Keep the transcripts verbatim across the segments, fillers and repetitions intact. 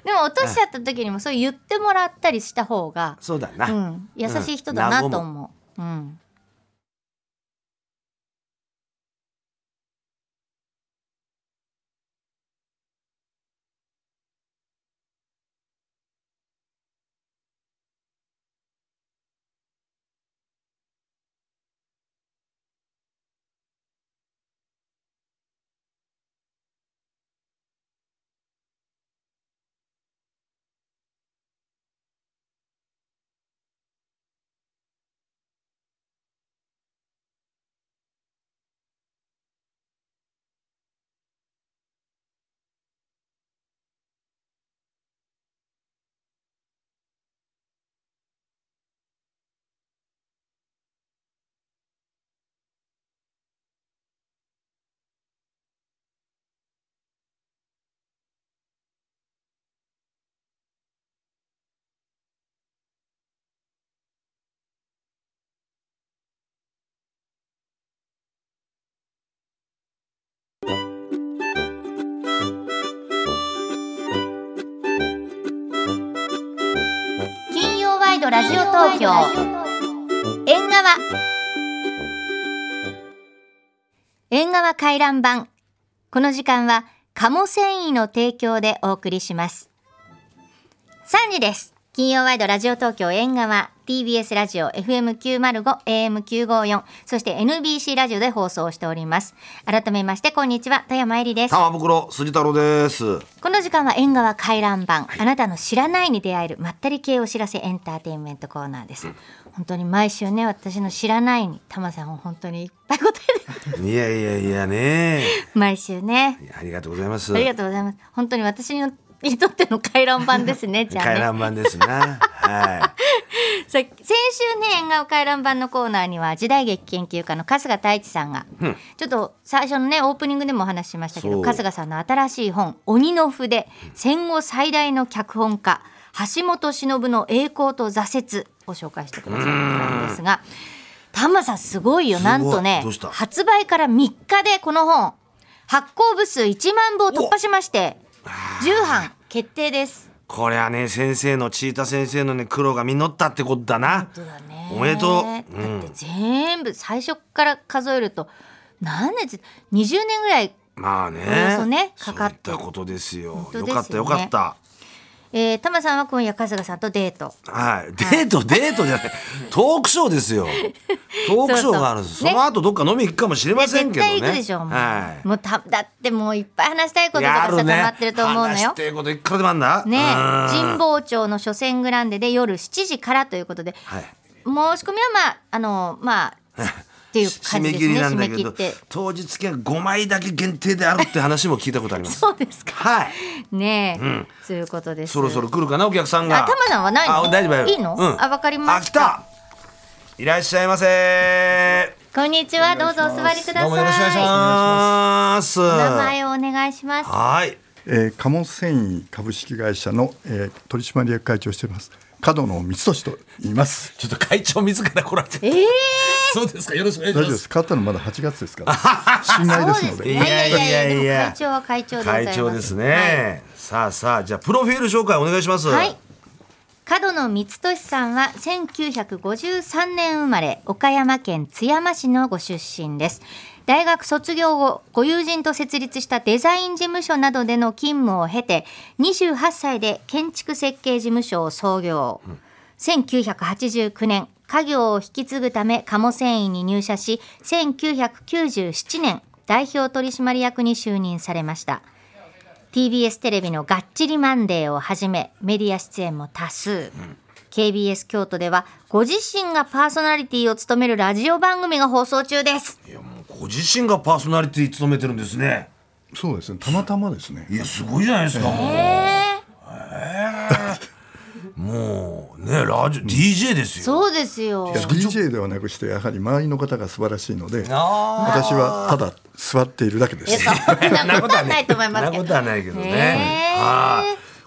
でも落としちゃった時にもそう言ってもらったりした方がそうだな、 うん、優しい人だなと思う、うん、金曜ワイドラジオ東京縁側縁側回覧版。この時間は鴨繊維の提供でお送りします。さんじです。金曜ワイドラジオ東京縁側 ティービーエス ラジオ エフエムきゅうまるご エーエムきゅうごよん そして エヌビーシー ラジオで放送しております。改めましてこんにちは、田山えりです。 玉袋筋太郎です。 この時間は縁側回覧版、はい、あなたの知らないに出会えるまったり系お知らせエンターテインメントコーナーです、うん、本当に毎週ね、私の知らないに玉さんも本当にいっぱい答えていやいやいやね毎週ね、 ありがとうございます。 ありがとうございます。本当に私にとっての回覧版ですね。じゃあね、 回覧版ですなはい先週ね、縁側回覧版のコーナーには時代劇研究家の春日太一さんが、うん、ちょっと最初のねオープニングでもお話ししましたけど、春日さんの新しい本鬼の筆、戦後最大の脚本家橋本忍の栄光と挫折を紹介してくださったんですが、玉さんすごいよ。なんとね、発売からみっかでこの本発行部数いちまんぶを突破しましてじゅうはん決定です。 これはね、先生のチータ先生のね苦労が実ったってことだな。 本当だね、 おめでとう、 うん、だって全部最初から数えると何年にじゅうねんぐらい、 まあね、 およそねかかって、 そういったことですよ。 ですよね。 よかったよかった。 えー、玉さんは今夜春日さんとデート、 はい、デート、はい、デートじゃないトークショーですよ。トークショーがあるんです。 そ, う そ, う、ね、その後どっか飲み行くかもしれませんけどね。 絶対行くでしょもう、 はい、 もうただってもういっぱい話したいこととかさ、溜まってると思うのよ。 話したいこといくらでもあんだね。神保町の書店グランデで夜しちじからということで、はい、申し込みはまああのまあっていう感じですね。締め切りなんだけど当日券ごまいだけ限定であるって話も聞いたことあります。 そうですか。 はいねえ、うん、そういうことです。 そろそろ来るかなお客さんが。 あ、玉さんはないの？ あ、大丈夫。 いいの？うん、あ、わかりました。 あ、来た。いらっしゃいませ。 こんにちは、どうぞお座りください。 どうもよろしくお願いします。 お名前をお願いします。 はい、 えー、鴨繊維株式会社の、えー、取締役会長をしております角野光俊と言います。 ちょっと会長自ら来られて、 えー、 そうですか、よろしくお願いします。 大丈夫です。変わったのまだはちがつですから新米ですので。 いやいやいやいや、会長は会長でございます。 会長ですね、はい、さあさあ、じゃあプロフィール紹介お願いします。 はい、角野光俊さんはせんきゅうひゃくごじゅうさんねん生まれ、岡山県津山市のご出身です。大学卒業後、ご友人と設立したデザイン事務所などでの勤務を経てにじゅうはっさいで建築設計事務所を創業、うん、せんきゅうひゃくはちじゅうきゅうねん家業を引き継ぐため鴨繊維に入社し、せんきゅうひゃくきゅうじゅうななねん代表取締役に就任されました。 ティービーエス テレビのがっちりマンデーをはじめメディア出演も多数、うん、ケービーエス 京都ではご自身がパーソナリティを務めるラジオ番組が放送中です。 いや、もうご自身がパーソナリティ務めてるんですね。 そうですね、たまたまですね。 いや、すごいじゃないですか。 えーえーもうね、ラジオ ディージェー ですよ。 そうですよ。 ディージェー ではなくしてやはり周りの方が素晴らしいので、私はただ座っているだけです。 そんなことはないと思いますけど。 そんなことはないけどね。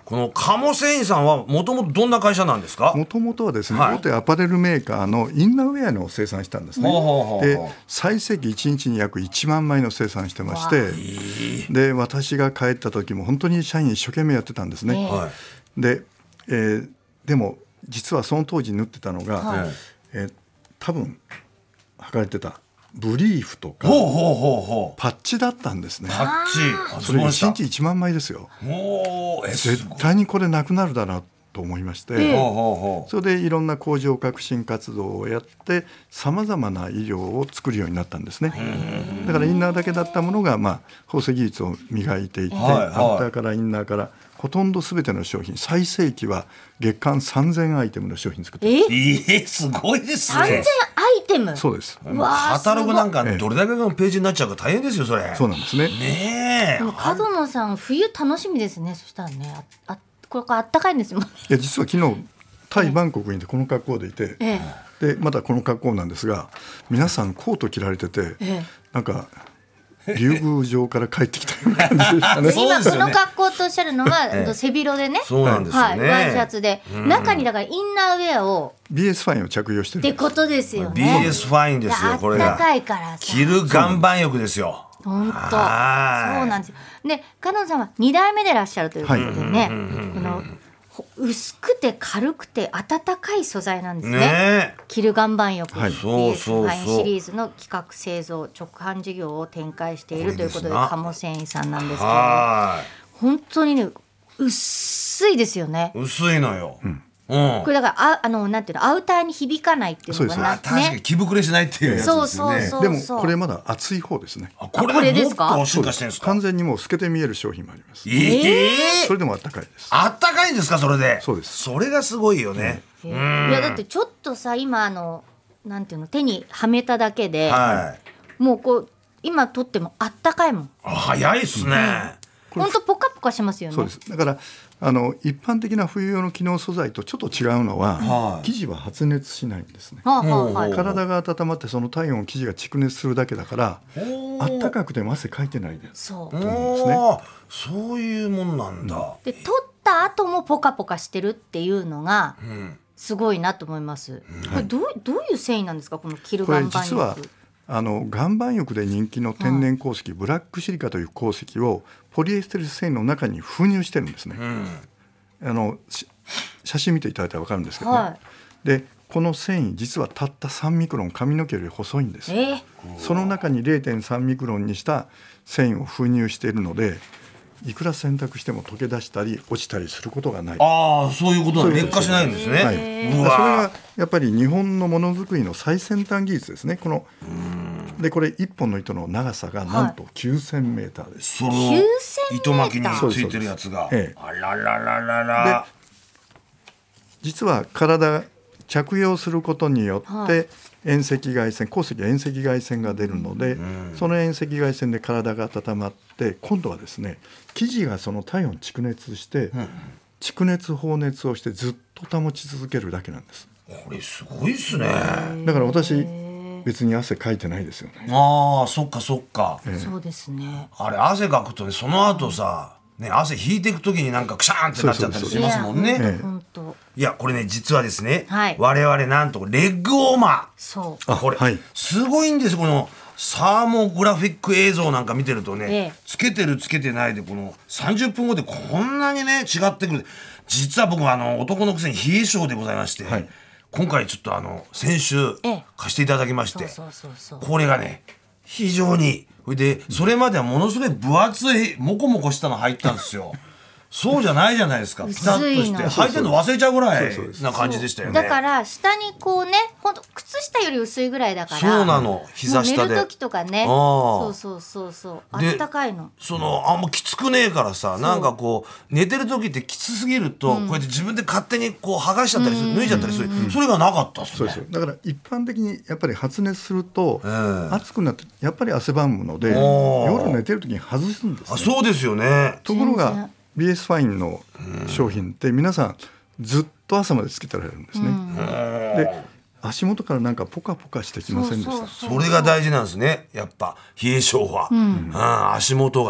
この鴨繊維さんはもともとどんな会社なんですか？ もともとはですね、 はい大手アパレルメーカーのインナーウェアの生産したんですね。 ほうほうほうほうで最盛期いちにちに約いちまんまいの生産してまして、で私が帰った時も本当に社員一生懸命やってたんですね。 ええはいで、えーでも実はその当時縫ってたのが、 はいえー多分履かれてたブリーフとかほうほうほうほうパッチだったんですね。 パッチあそれいちにちちいちまんまいですよ。 おーえす絶ごい対にこれなくなるだなと思いまして、 ええほうほうほうそれでいろんな工場革新活動をやってさまざまな医療を作るようになったんですね。だからインナーだけだったものが、まあ、縫製技術を磨いていって、 はいはいアウターからインナーからほとんど全ての商品、最盛期は月間さんぜんアイテムの商品作ってええすごいですさんぜんね。 アイテム。 そうです。 うわーカタログなんかすごいどれだけのページになっちゃうか大変ですよそれ。 そうなんですね。 ねえでも角野さん冬楽しみですね。そしたらね、ああこれあったかいんですよ。 いや実は昨日タイバンコクにいてこの格好でいて、 えでまだこの格好なんですが、皆さんコート着られてて、 ええなんか竜宮城から帰ってきたような感じでしたね。 そう今ですよねこの格好とおっしゃるのは、 ええ背広でね、 そうなんですよはい、 ね。 ワイシャツで、中にだからインナーウェアをビーエス ファインを着用してるんです。 ってことですよね。 ビーエス ファインですよこれが。 あったかいからさ。 着る岩盤浴ですよ。 本当。 はいそうなんですよ。で、角野さんはに代目でいらっしゃるということでね、このほ薄くて軽くて温かい素材なんですね。 ね着る岩盤浴、 はいビーエスそうそうそうファインシリーズの企画製造直販事業を展開しているということでこれですな鴨繊維さんなんでえ。 すけれども、 は本当にね薄いですよね。 い。薄いのよ。うん。 これだからああのなんていうのアウターに響かないっていうのがなあ確かに着膨れしないっていうやつですよね。 そうそうそうでもこれまだ厚い方ですね。 あこれあこれでもっですかと進化してるんですか。 完全にもう透けて見える商品もあります。 ええそれでもあったかいです。 あったかいんですかそれで。 そうですそれがすごいよね。 いやだってちょっとさ今あのなんていうの手にはめただけで、 はい。 もうこう今取ってもあったかいもん。 あ早いっすね。 本当ポカポカしますよね。 そうです。だからあの一般的な冬用の機能素材とちょっと違うのは、 はい生地は発熱しないんですね。 はあはあはい。 体が温まってその体温を生地が蓄熱するだけだから、あったかくても汗かいてないです。 そう。 思うんですねおーそういうもんなんだ。 で取った後もポカポカしてるっていうのがうん。 すごいなと思います。これどうどういう繊維なんですかこのキルこれ岩盤実は浴。 あの岩盤浴で人気の天然鉱石、ブラックシリカという鉱石をポリエステルス繊維の中に封入してるんですね。 うん。 あのし写真見ていただいたら分かるんですけどね、 はでこの繊維実はたったさんミクロン、髪の毛より細いんです。 えー、 その中に れいてんさんミクロンにした繊維を封入しているので、いくら洗濯しても溶け出したり落ちたりすることがない。 ああそういうことそういうことだ。劣化しないんですね。 はい、 うそれわがやっぱり日本のものづくりの最先端技術ですね。このでこれいっぽんの糸の長さがなんときゅうせんメーターです。 そのきゅうせんメーター糸巻きについてるやつが。 ええあららららら。 実は体着用することによはって遠赤外線、鉱石は遠赤外線が出るので、その遠赤外線で体が温まって今度はですね生地がその体温蓄熱して、蓄熱放熱をしてずっと保ち続けるだけなんです。 これすごいっすね。 だから私別に汗かいてないですよね。 ああそっかそっか。 そうですね。 あれ汗かくとねその後さ、ね、汗引いていくときになんかクシャーンってなっちゃったりしますもんね。 ええ本当。 いやこれね実はですね、 はい我々なんとレッグウォーマそう。 ーこれ、 はいすごいんですこのサーモグラフィック映像なんか見てるとね、 ええつけてるつけてないでこのさんじゅっぷんごでこんなにね違ってくる。実は僕はあの男のくせに冷え性でございまして、 はい今回ちょっとあの先週ええ貸していただきまして、 そうそうそうそう。 これがね非常にそれでそれまではものすごい分厚いモコモコしたの入ったんですよ。そうじゃないじゃないですか。ピタッとして薄いの履いてるの忘れちゃうぐらいそうそうですな感じでしたよね。 だから下にこうね、ほんと靴下より薄いぐらいだから。 そうなの膝下でもう寝る時とかね。 あそうーそうそうそう。あでったかいの。 そのあんまきつくねえからさなんかこう寝てる時ってきつすぎると、こうやって自分で勝手にこう剥がしちゃったりする、脱いじゃったりする、それがなかったっすね。 そうですよ。だから一般的にやっぱり発熱すると、 ええ暑くなってやっぱり汗ばむのでおー夜寝てる時に外すんです、ね、 あそうですよね。 ところ全然が ビーエス ファインの商品って皆さんずっと朝までつけてられるんですね、で足元からなんかポカポカしてきませんでした。 そうそうそれが大事なんですねやっぱ冷え性は、うん足元が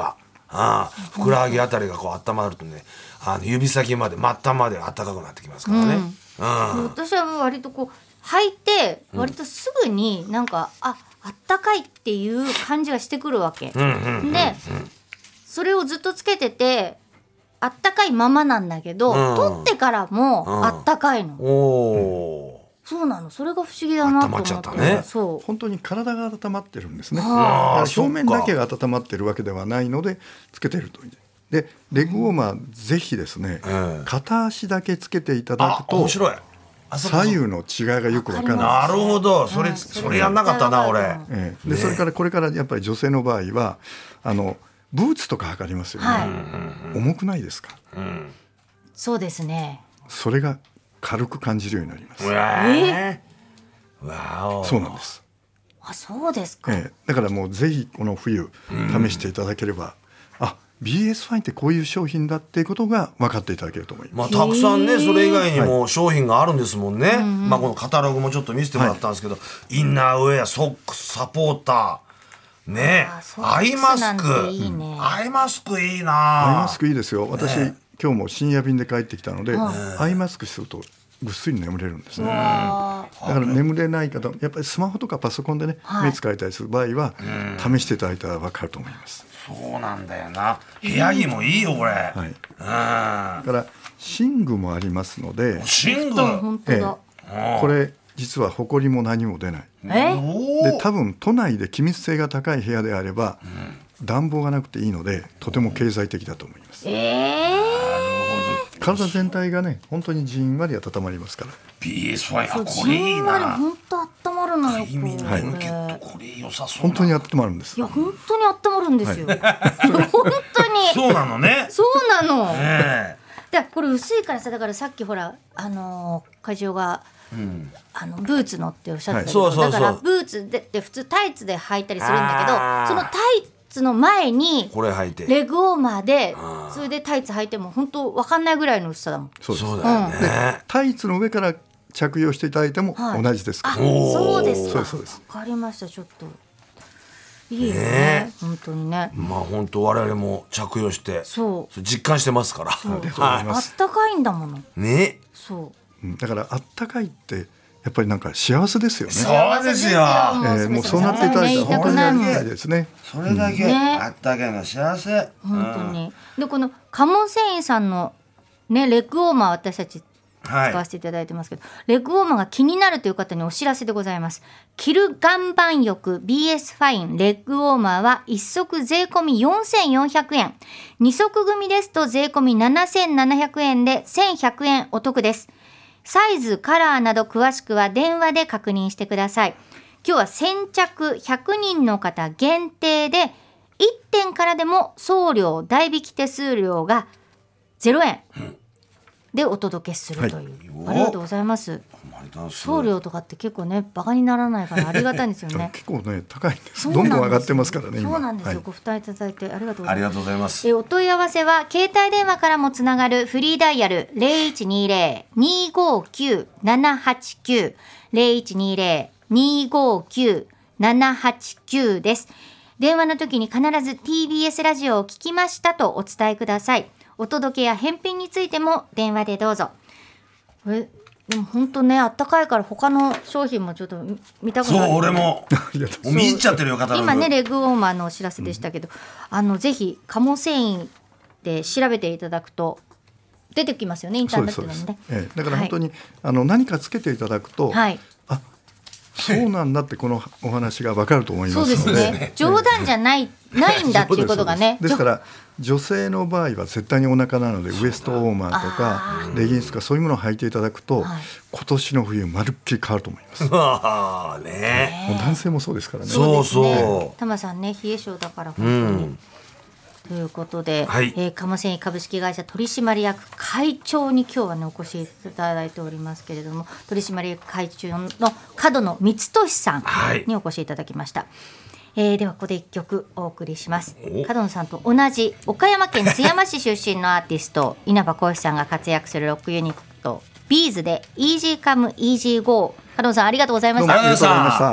ああふくらはぎあたりがこう温まるとね、あの指先まで末端まで暖かくなってきますからね、うんうん、私は割とこう履いて割とすぐになんか、うん、ああったかいっていう感じがしてくるわけ、うんうんうんうん、でそれをずっとつけててあったかいままなんだけど、うん、取ってからもあったかいの、うん、おそうなの、それが不思議だなと思って。温まっちゃったね。そう本当に体が温まってるんですね。表面だけが温まってるわけではないのでつけてると。でレッグウォーマーぜひですね、うん、片足だけつけていただくと面白い左右の違いがよくわかる。 なるほど、それ、うん、それやんなかったな俺、 ええ、でそれからこれからやっぱり女性の場合はあのブーツとか履かれますよね、はい、重くないですか、うん、 そうですね。 それが軽く感じるようになります。 えー、わお、 そうなんです。 あ、そうですか、 ええ、だからもうぜひこの冬試していただければ、うん、あビーエス ファインってこういう商品だっていうことが分かっていただけると思います。 まあ、たくさんねそれ以外にも商品があるんですもんね、はい、まあ、このカタログもちょっと見せてもらったんですけど、はい、インナーウェア、ソックス、サポーターね、アイマスクいい、ね、アイマスクいいな。 アイマスクいいですよ。私、ね、今日も深夜便で帰ってきたので、ね、アイマスクするとぐっすり眠れるんですね。だから眠れない方、やっぱりスマホとかパソコンでね、はい、目使いたりする場合は試していただいたら分かると思います。 そうなんだよな。部屋着もいいよこれ、はい、うん、 だから寝具もありますので、 寝具、 本当だ、 ええ、これ実はホコリも何も出ない。えで多分都内で気密性が高い部屋であれば、うん、暖房がなくていいのでとても経済的だと思います。えー、体全体がね本当にじんわり温まりますから。 ビーエス ファイン、これいいな。 本当温まるのよ、 快眠ブランケット、これ良さそうな。 本当に温まるんです。 いや本当に温まるんですよ、はい、本当にそうなのね。 そうなの、ね、でこれ薄いからさ、だからさっきほらあのー、会長がうん、あのブーツのっておっしゃってたけど、はい、そうそうそう、だからブーツでで普通タイツで履いたりするんだけど、そのタイツの前にこれ履いてレッグウォーマーでそれでタイツ履いても本当分かんないぐらいの薄さだもん。 そうそうだよね、うん、でタイツの上から着用していただいても同じですから、 はい、あ、そうですか。 そうです。 分かりました。ちょっといいよね、本当にね。 まあ本当我々も着用してそう実感してますから。 そうあったかいんだものね。そう、 だからあったかいってやっぱりなんか幸せですよね。 そうですよ、 えー、もうそうなっていただいたら本当にありがたいですね。 それだけ、うん、あったかいの幸せ、 本当に、うん、でこの鴨繊維さんのねレッグウォーマー私たち使わせていただいてますけど、はい、レッグウォーマーが気になるという方にお知らせでございます。着る岩盤浴 ビーエス ファインレッグウォーマーはいっ足税込みよんせんよんひゃくえん、に足組ですと税込みななせんななひゃくえんでせんひゃくえんお得です。サイズ、カラーなど詳しくは電話で確認してください。今日は先着ひゃくにんの方限定でいってんからでも送料代引き手数料がゼロえんでお届けするという、はい、ありがとうございます。送料とかって結構ねバカにならないからありがたいんですよね。 結構ね高いんです。どんどん上がってますからね。 そうなんですよ、 はい、 ご負担いただいてありがとうございます。 ありがとうございます。 えお問い合わせは携帯電話からもつながるフリーダイヤル ゼロいちにゼロ にーごーきゅう ななはちきゅう ゼロいちにゼロ にーごーきゅう ななはちきゅう です。電話の時に必ず ティービーエス ラジオを聞きましたとお伝えください。お届けや返品についても電話でどうぞ。えでも本当ねあったかいから他の商品もちょっと見たくなる。 そう俺も見入っちゃってるよ。 今ねレッグウォーマーのお知らせでしたけど、うん、あのぜひ鴨繊維で調べていただくと出てきますよね、インターネットでもね。 ええ、だから本当に、はい、あの何かつけていただくと、はい、あそうなんだってこのお話が分かると思いますので。 そうですね、冗談じゃないないんだっていうことがね。 ですから女性の場合は絶対にお腹なのでウエストウォーマーとかレギンスとかそういうものを履いていただくと、はい、今年の冬まるっきり変わると思います。あ、ね、もう男性もそうですからね。 そうそう。タマさんね冷え性だから本当に、うん、ということで、はい、えー、鴨繊維株式会社取締役会長に今日はねお越しいただいておりますけれども、取締役会長の角野光俊さんにお越しいただきました。はい、えー、ではここでいっきょくお送りします。角野さんと同じ岡山県津山市出身のアーティスト稲葉浩志さんが活躍するロックユニットビーズで Easy Come Easy Go。 角野さんありがとうございました。 ありがとうございました。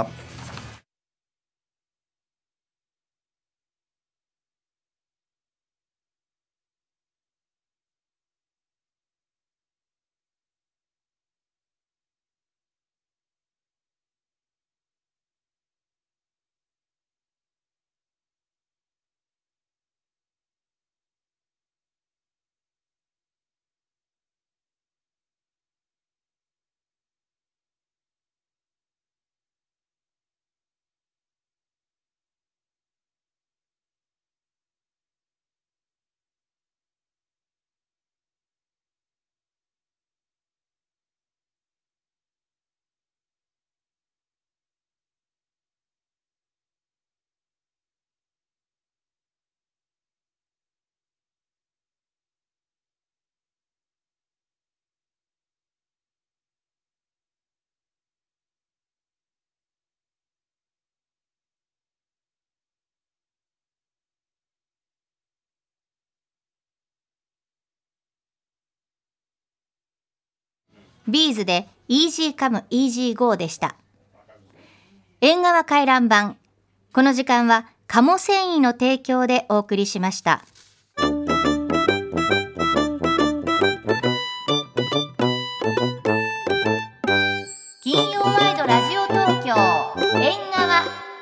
ビーズでイージーカムイージーゴーでした。縁側回覧版。この時間は鴨繊維の提供でお送りしました。金曜ワイドラジオ東京縁側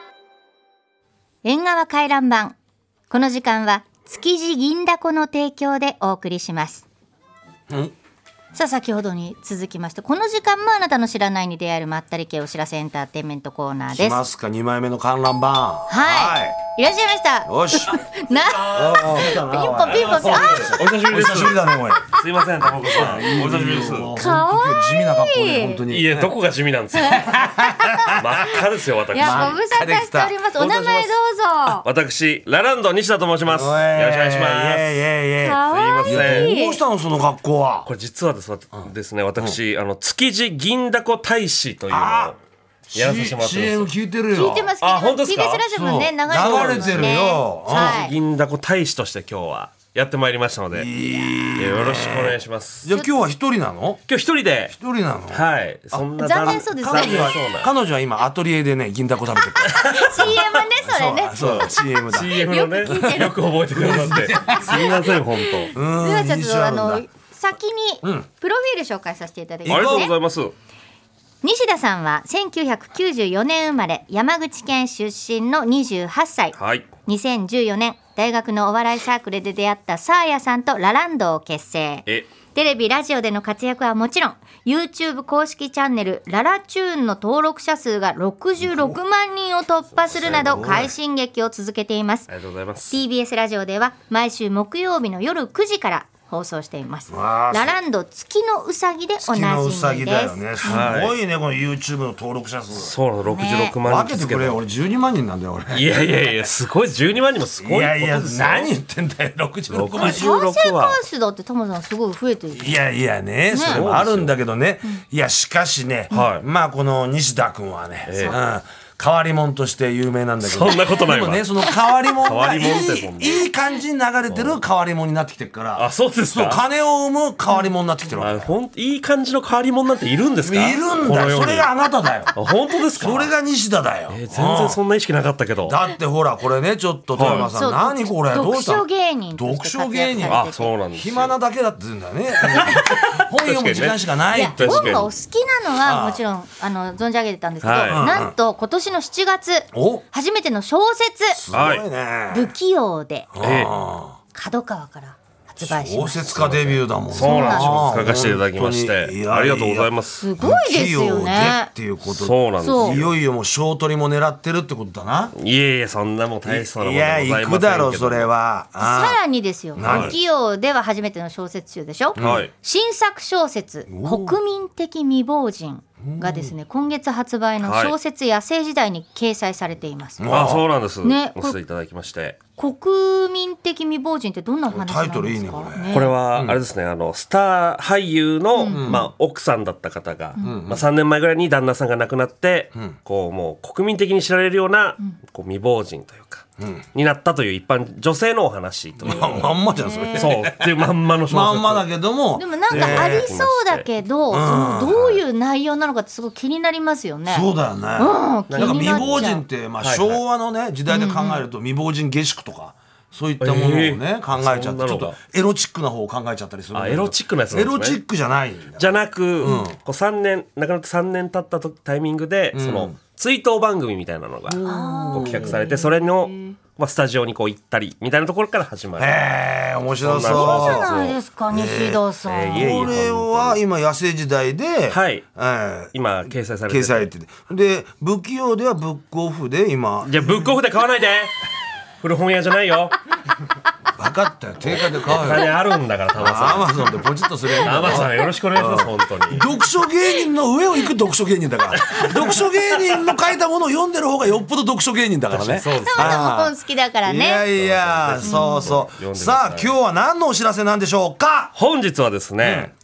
縁側回覧版。この時間は築地銀だこの提供でお送りします。んさあ先ほどに続きまして、この時間もあなたの知らないに出会えるまったり系お知らせエンターテインメントコーナーです。 来ますか、にまいめの観覧版。 はい、はい、いらっしゃいました。 よしなピンポンピンポンピン。あお久しぶりです。 お久しぶりだねこれ。 すいません、たまこさん。お久しぶりです。 かわいい。 地味な格好で本当に。 いや、どこが地味なんですか。真っ赤ですよ私。 いや、ご無沙汰しております。お名前どうぞ。 私ラランド西田と申します。よろしくお願いします。 かわいい。 どうしたのその格好は。 これ実はですね、私あの築地銀だこ大使というのをやらさせてもらってます。 シーエム 聞いてるよ。 聞いてます。 あ、本当ですか。 ティービーエス ラジオもね流れてるよ。 はい。 銀だこ大使として今日はやってまいりましたので、よろしくお願いします。 じゃあ今日は一人なの？ 今日一人で。 一人なの？ はい。そんな残念そうですね。 彼女は彼女は今アトリエでね銀だこ食べてる。 シーエム ねそれね。 そう シーエム だ。 シーエム のねよく覚えてくださってすみません本当。 ではちょっとあの先にプロフィール紹介させていただきますね。 ありがとうございます。 西田さんはせんきゅうひゃくきゅうじゅうよねん生まれ、山口県出身のにじゅうはっさい。 はい。 にせんじゅうよねん大学のお笑いサークルで出会ったサーヤさんとラランドを結成。 えテレビラジオでの活躍はもちろん YouTube 公式チャンネルララチューンの登録者数がろくじゅうろくまんにんを突破するなど快進撃を続けています。 ありがとうございます。 ティービーエス ラジオでは毎週木曜日の夜くじから放送しています。 わーラランド月のうさぎでおな月のうじみです。 さぎだよね。すごいねこの YouTube の登録者数。 そうなの、ろくじゅうろくまん分けてくれよ。俺じゅうにまんにんなんだよ俺。 いやいやいや、すごい。じゅうにまんにんもすごいことですよ。 いやいや何言ってんだよ。ろくじゅうろくまん人。 再生回数だってタマさんすごい増えてる。 いやいやね、それもあるんだけどね。いやしかしね、 はいまあこの西田君はね、 ええうん変わり者として有名なんだけど、 そんなことないわでもねその変わり者がい変わり者ってそんないいい感じに流れてる変わり者になってきてるから。 あ、そうですか。 そう金を生む変わり者になってきてるわけ。 あ、ほんいい感じの変わり者なんているんですか。 いるんだよ。それがあなただよ。 あ、本当ですか。 それが西田だよ。 えー全然そんな意識なかったけど。 だってほらこれねちょっと富山さん、 はい何これどうしたの。 読書芸人として活躍されてて。 読書芸人あ、そうなんですよ。 暇なだけだって言うんだよね。本読む時間しかないいやって。 本がお好きなのはああもちろんあの存じ上げてたんですけど、 はいなんと今年のしちがつお初めての小説すごいね。 不器用でええあ角川から発売あ小しました。 説家デビューだもん。 そうなんですよ。 ああ書かせていただきまし本当にいて、 やありがとうございます。 すごいですよ不器用でねっ。ていうこと。 そうなんですよ。 そういよいよもう賞取りも狙ってるってことだな。 いえいえ、そんなもう大したものいでございませんけど。 や行くだろうそれは。あさらにですよ、 何不器用では初めての小説集でしょ、 はい。 新作小説国民的未亡人がですね今月発売の小説野生時代に掲載されています、 あ、そうなんです。 ねおせていただきまして。 国民的未亡人ってどんな話なんですか。 タイトルいいねこれこれはあれですね、あのスター俳優の、まあ、奥さんだった方が、まあ、さんねんまえぐらいに旦那さんが亡くなって、こうもう国民的に知られるような、こう未亡人というか、になったという一般女性のお話という、 ままんまじゃんそれ。 そうっていうまんまの小説。 まんまだけども。 でもなんかありそうだけど、そのどういう内容なのかってすごい気になりますよね。 そうだよね。 うんなんか気になっちゃう未亡人ってまあはいはい昭和のね時代で考えると未亡人下宿とか。そういったものをね、 えー考えちゃってそんなのがちょっとエロチックな方を考えちゃったりするんだけど。 あエロチックなやつなんですねエロチックじゃないんだ。 じゃなく、こうさんねん亡くなってさんねん経ったとタイミングで、その追悼番組みたいなのがこう企画されて、それの、まあ、スタジオにこう行ったりみたいなところから始まる。 へえ面白そう。 そんなそう小説じゃないですか、西田さん、 えーいえいえこれは今野生時代で、 はいえー今掲載されてて掲載されててで不器用ではブックオフで今じゃあブックオフで買わないで古本屋じゃないよ。 分かったよ定価で買うよ。 お金あるんだからタマアさマゾンでポチッとするよ。 んタマさんよろしくお願いします本当に。 読書芸人の上を行く読書芸人だから読書芸人の書いたものを読んでる方がよっぽど読書芸人だからね。 そうですね。 タマさんも本好きだからいやね。 いやそうそう読んでくださいさあ今日は何のお知らせなんでしょうか。 本日はですね、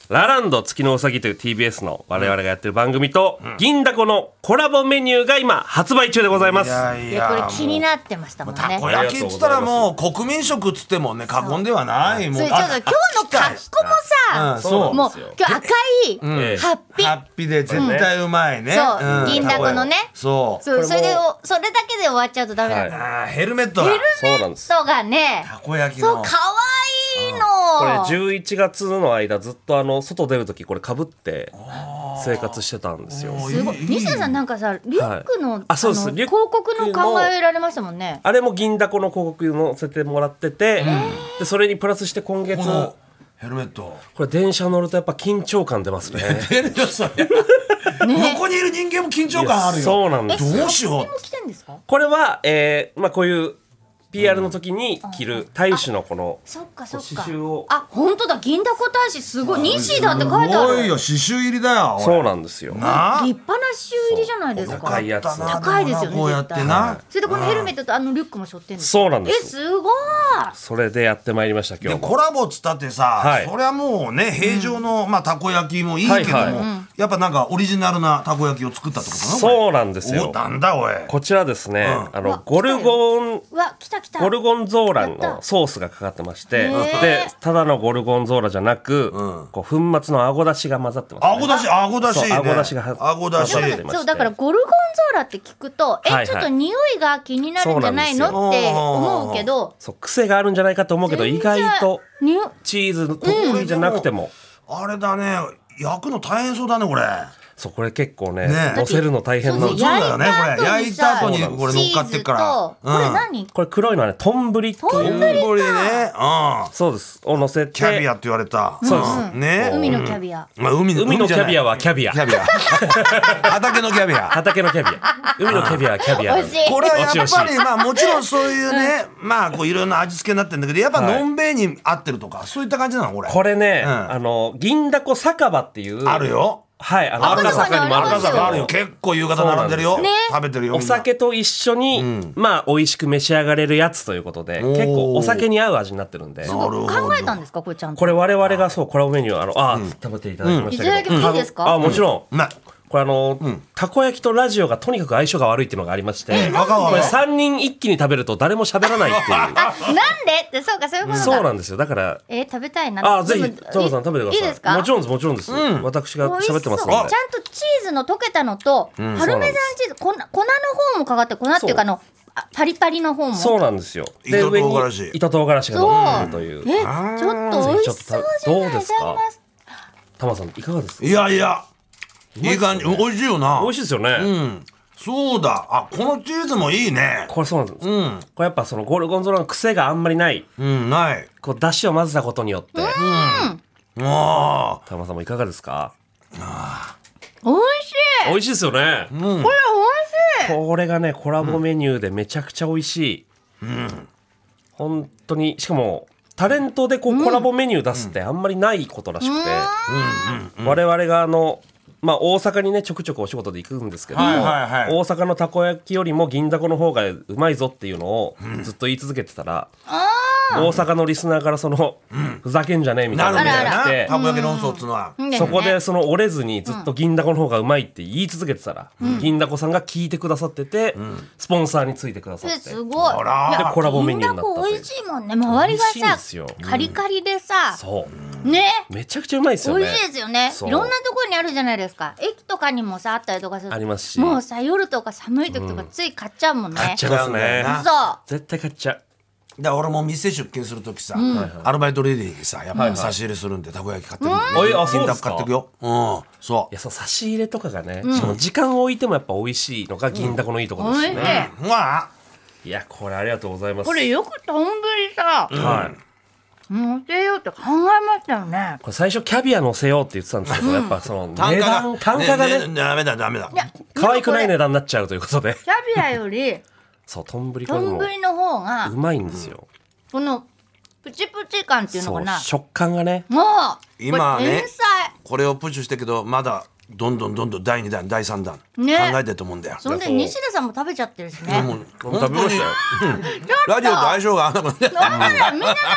ラランド月のうさぎという ティービーエス の我々がやってる番組と、うん、銀だこのコラボメニューが今発売中でございます。いやいやこれ気になってましたもんね。 たこ焼きっつったらもう国民食っつってもね過言ではない。 もうちょっと今日の格好もさ、うん、そうもう今日赤い、うん、ハッピーハッピーで絶対うまいね、 うん、そう、うん、銀だこのねそうそうそれでそれだけで終わっちゃうとダメなの、 はい、あヘルメットがヘルメットがねたこ焼きのそう可愛いのこれじゅういちがつの間ずっとあの外出るときこれ被って生活してたんですよ。 すごい。西田さんなんかさリュックの、はい、 あそうです、 広告の考えられましたもんね。 あれも銀だこの広告載せてもらってて、でそれにプラスして今月ヘルメットこれ電車乗るとやっぱ緊張感出ますね。 出るよそれね、横にいる人間も緊張感あるよ。 そうなんです。 どうしよう。 これは、えーまあ、こういうピーアール の時に着る大使のこの刺繍を、 あ、本当だ銀だこ大使すごい西田って書いてある。 すごいよ刺繍入りだよ。 そうなんですよ。 立派な刺繍入りじゃないですか。 高いやつ。 高いですよね。 こうやってな。 それでこのヘルメットとあのリュックも背負ってるんです。 そうなんです。 えすごい。 それでやってまいりました今日。 コラボっつったってさ、それはもうね平常のまあたこ焼きもいいけども、やっぱなんかオリジナルなたこ焼きを作ったってことなの。 そうなんですよ。 なんだおい。 こちらですね、あのゴルゴンゴルゴンゾーラのソースがかかってまして、でただのゴルゴンゾーラじゃなく、うん、こう粉末のあごだしが混ざってます、ね。 あごだし、あごだし、ね、 あごだしがあごだし。 そうだからゴルゴンゾーラって聞くと、え、はいはい、ちょっと匂いが気になるんじゃないのって思うけど、 そう癖があるんじゃないかと思うけど意外とチーズのところじゃなくても、 うん、あれだね焼くの大変そうだねこれ。 そうこれ結構ね乗せるの大変なの。 そうだよねこれ焼いた後にこれ乗っかってっから。 これ何？ これ黒いのはねトンブリっていう。 トンブリね。 そうですを乗せて。 キャビアって言われた。 そうですね。海のキャビア。 まあ海のキャビアはキャビア。 キャビア。畑のキャビア。 畑のキャビア。海のキャビアはキャビア。 これはやっぱりまあもちろんそういうねまあこういろんな味付けになってるんだけどやっぱのんべいに合ってるとかそういった感じなのこれ。 これねあの銀だこ酒場っていうあるよ。 はい、あの赤坂にも赤坂あるよ。結構夕方並んでるよ。食べてるよ。 お酒と一緒に、うん、まあ美味しく召し上がれるやつということで、結構お酒に合う味になってるんで。 考えたんですかこれちゃんと。 これ我々がそうコラボメニューあのあ、うん、食べていただきましたけど。 いただいてもいいですか？ あもちろん。 まあこれあの、うん、たこ焼きとラジオがとにかく相性が悪いっていうのがありまして、これさんにん一気に食べると誰も喋らないっていう。 なんでってそうかそういうことだ。 そうなんですよ。だからえー、食べたいな。 あぜひトムさん食べてください。 いいですか？ もちろんですもちろんです。うん、私が喋ってますので。ちゃんとチーズの溶けたのと、うん、パルメザンチーズ粉粉の方もかかって粉っていうかのパリパリの方も。 そうなんですよ。 で糸唐辛子糸唐辛子が乗ってるという。 えちょっと美味しそうじゃない。 どうですか？タマさんいかがですか？ いやいや。いい感じ、美味しいよな。 美味しいですよね。 うん。そうだ。あ、このチーズもいいね。 これそうなんです。うん。これやっぱそのゴルゴンゾーラの癖があんまりない。 うん、ない。 こう出汁を混ぜたことによって。うん。ああ。田村さんもいかがですか？ ああ。美味しい。 美味しいですよね。 うん。これ美味しい。 これがねコラボメニューでめちゃくちゃ美味しい。うん。本当にしかも。タレントでこうコラボメニュー出すってあんまりないことらしくて、うん、我々があの、まあ、大阪にねちょくちょくお仕事で行くんですけども、はいはいはい、大阪のたこ焼きよりも銀だこの方がうまいぞっていうのをずっと言い続けてたら、うん、大阪のリスナーからその、うん、ふざけんじゃねえみたいなのが来て、 たこ焼き論争っつうのは、 うん、そこでその折れずにずっと銀だこの方がうまいって言い続けてたら、うん、銀だこさんが聞いてくださってて、うん、スポンサーについてくださって、 すごい。 でコラボメニューになったという。 銀だこ美味しいもんね。周りがさカリカリでさ、 そうねめちゃくちゃうまいですよね。 美味しいですよね。いろんなところにあるじゃないですか。駅とかにもさあったりとかする。 ありますし、 もうさ夜とか寒い時とかつい買っちゃうもんね。 買っちゃいますね。 そう絶対買っちゃう。 だ俺も店出勤するときさ、うん、アルバイトレディーにさやっぱり差し入れするんでたこ焼き買ってくるんで、 うん、金額買ってくよ。うん、そう。 いやそう差し入れとかがね、うん、しかも時間を置いてもやっぱ美味しいのが銀だこのいいところですしね。 うん、まあいやこれありがとうございます。 これよくトンブリさ、 うん、はい。 乗せようって考えましたよね。 これ最初キャビア乗せようって言ってたんですけど、うん、やっぱその値段単価がね、 ねねダメだダメだ。 可愛くない値段になっちゃうということで。 キャビアよりそうトンブリトンブリの方がうまいんですよ。 このプチプチ感っていうのかな。 食感がね。 もう今ねこれをプッシュしたけどまだどんどんどんどんだいにだんだいさんだん、ね、考えてると思うんだよ。 そんで西田さんも食べちゃってるしね。 もう食べましたよ。ラジオと相性が合わなくて。 みんな食べちゃって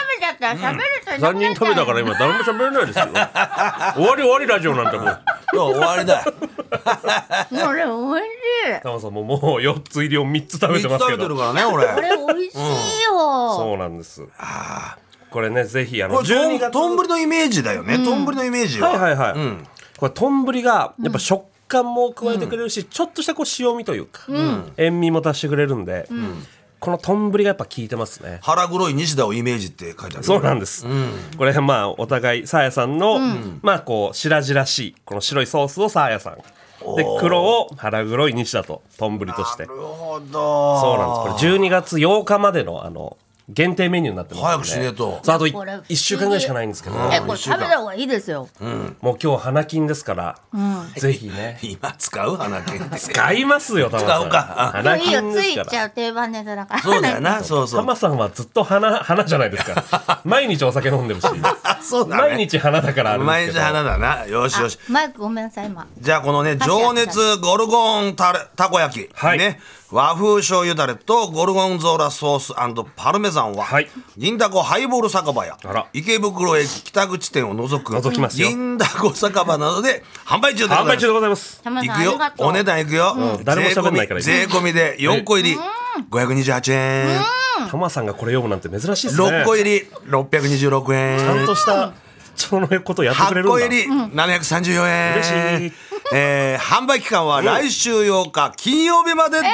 ったら喋る人いなさんにんくなっちゃう食べたから今誰も喋れないですよ終わり終わりラジオなんてもう終わりだよ。 これ美味しい。 タマさんももうよっつ入りをみっつ食べてますけどみっつ食べてるからね俺。 これ美味しいよ。 そうなんです。これねぜひあのこれじゅうにがつとんぶりのイメージだよね。とんぶりのイメージは。 はいはいはい、 うんこれ丼がやっぱ食感も加えてくれるし、うん、ちょっとしたこう塩味というか、うん、塩味も足してくれるんで、うん、この丼がやっぱ効いてますね。 腹黒い西田をイメージって書いてある。 そうなんです、うん、これまあお互いサーヤさんの、うん、まあこう白々しいこの白いソースをサーヤさんで黒を腹黒い西田と丼として。 なるほど。 そうなんです。これじゅうにがつようかまでのあの限定メニューになってますので、 早くしねえと。 さああといっしゅうかんぐらいしかないんですけど、 えこれ食べた方がいいですよ、 うん、もう今日花金ですから、うん、ぜひね今使う花金使いますよ。タマさん使うか。 花金ですから。 いいよついちゃう定番ネタだから。 そうだよな。そうそう。 タマさんはずっと花花じゃないですか毎日お酒飲んでるしそうだね、 毎日花だからあるんですけど。 毎日花だな。よしよし。 マイクごめんなさい今。 じゃあこのね情熱ゴルゴンたれたこ焼き、はい、ね和風醤油だれとゴルゴンゾーラソース&パルメザンは、はい、銀だこハイボール酒場や池袋駅北口店を除く覗きますよ銀だこ酒場などで販売中でございます。 販売中でございます。 いくよ。お値段いくよ、 うん、誰も喋んないから税込みでよんこ入りごひゃくにじゅうはちえん。 タマさんがこれ読むなんて珍しいですね。 ろっこ入りろっぴゃくにじゅうろくえん。 ちゃんとしたそのことやってくれるんだ。 はっこ入りななひゃくさんじゅうよえん。 嬉しい。 えー、販売期間は来週ようか金曜日までです。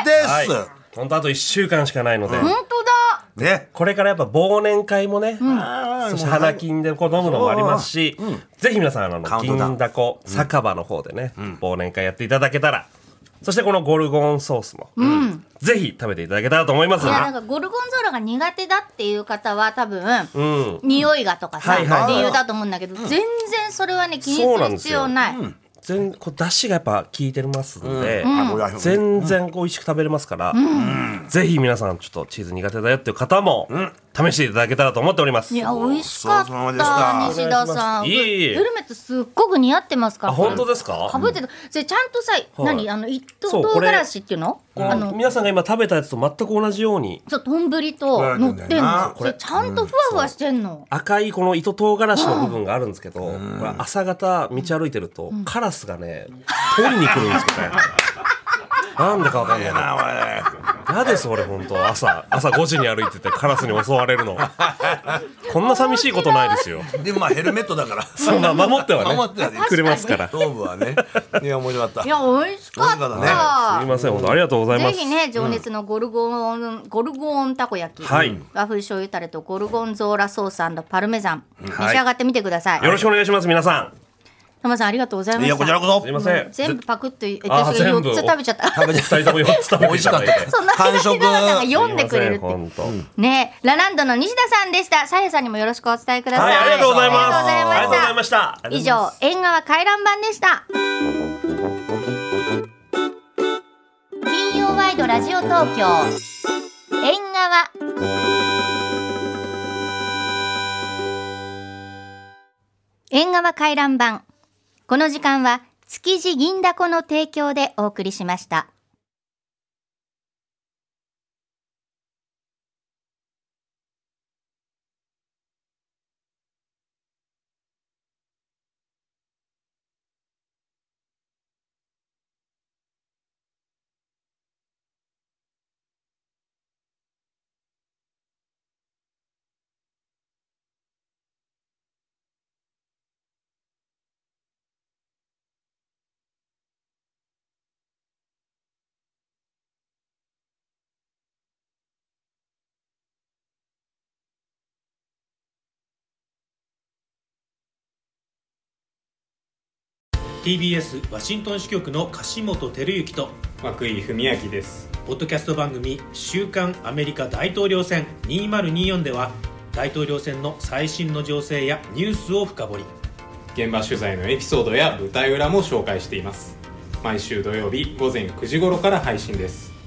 本当あといっしゅうかんしかないので、 本当だ、 ね、 これからやっぱ忘年会もね、うん、そして花金でこう飲むのもありますし、うん、ぜひ皆さんあの銀だこ酒場の方でね、うん、忘年会やっていただけたら、そしてこのゴルゴンソースも、うん、ぜひ食べていただけたらと思います。 いやなんかゴルゴンゾーラが苦手だっていう方は多分、うん、匂いがとかさ、はいはいはい、理由だと思うんだけど、うん、全然それはね気にする必要ない。 全こう出汁がやっぱ効いてますんで、うん、全然美味しく食べれますから、うん、ぜひ皆さんちょっとチーズ苦手だよっていう方も、うん、試していただけたらと思っております。 いや美味しかった西田さん。いいヘルメットすっごく似合ってますから。 あ本当ですか。 かぶってた。それちゃんとさ、はい、何あの一頭唐辛子っていうの？ あの皆さんが今食べたやつと全く同じように、 そう丼と乗ってんの。これちゃんとふわふわしてんの。 赤いこの糸唐辛子の部分があるんですけど、これ朝方道歩いてるとカラスがね取りに来るんですよね。なんでかわかんないな。嫌です俺本当朝朝ごじに歩いててカラスに襲われるの。こんな寂しいことないですよ。 でもまあヘルメットだからそんな守ってはね守ってはねくれますから。 頭部はね。いや面白かった。 いや美味しかった。ね、 すいません本当ありがとうございます。 ぜひね情熱のゴルゴン、うん、ゴルゴンたこ焼き、はい、和風醤油タレとゴルゴンゾーラソース&パルメザン、はい、召し上がってみてください。 よろしくお願いします皆さん。 タマさんありがとうございました。 いやこちらこそ。 すいません。 全部パクッと言ってそれよっつ食べちゃった。 ふたりともよっつ食べていただいて。 そんな完食が読んでくれるって。ねラランドの西田さんでした。さやさんにもよろしくお伝えください。 はいありがとうございます。 ありがとうございました。 以上縁側回覧版でした。金曜ワイドラジオ東京縁側。縁側回覧版。この時間は築地銀だこの提供でお送りしました。 ティービーエス ワシントン支局の樫本照之と涌井文明です。 ポッドキャスト番組週刊アメリカ大統領選にせんにじゅうよんでは大統領選の最新の情勢やニュースを深掘り、 現場取材のエピソードや舞台裏も紹介しています。毎週土曜日午前くじ頃から配信です。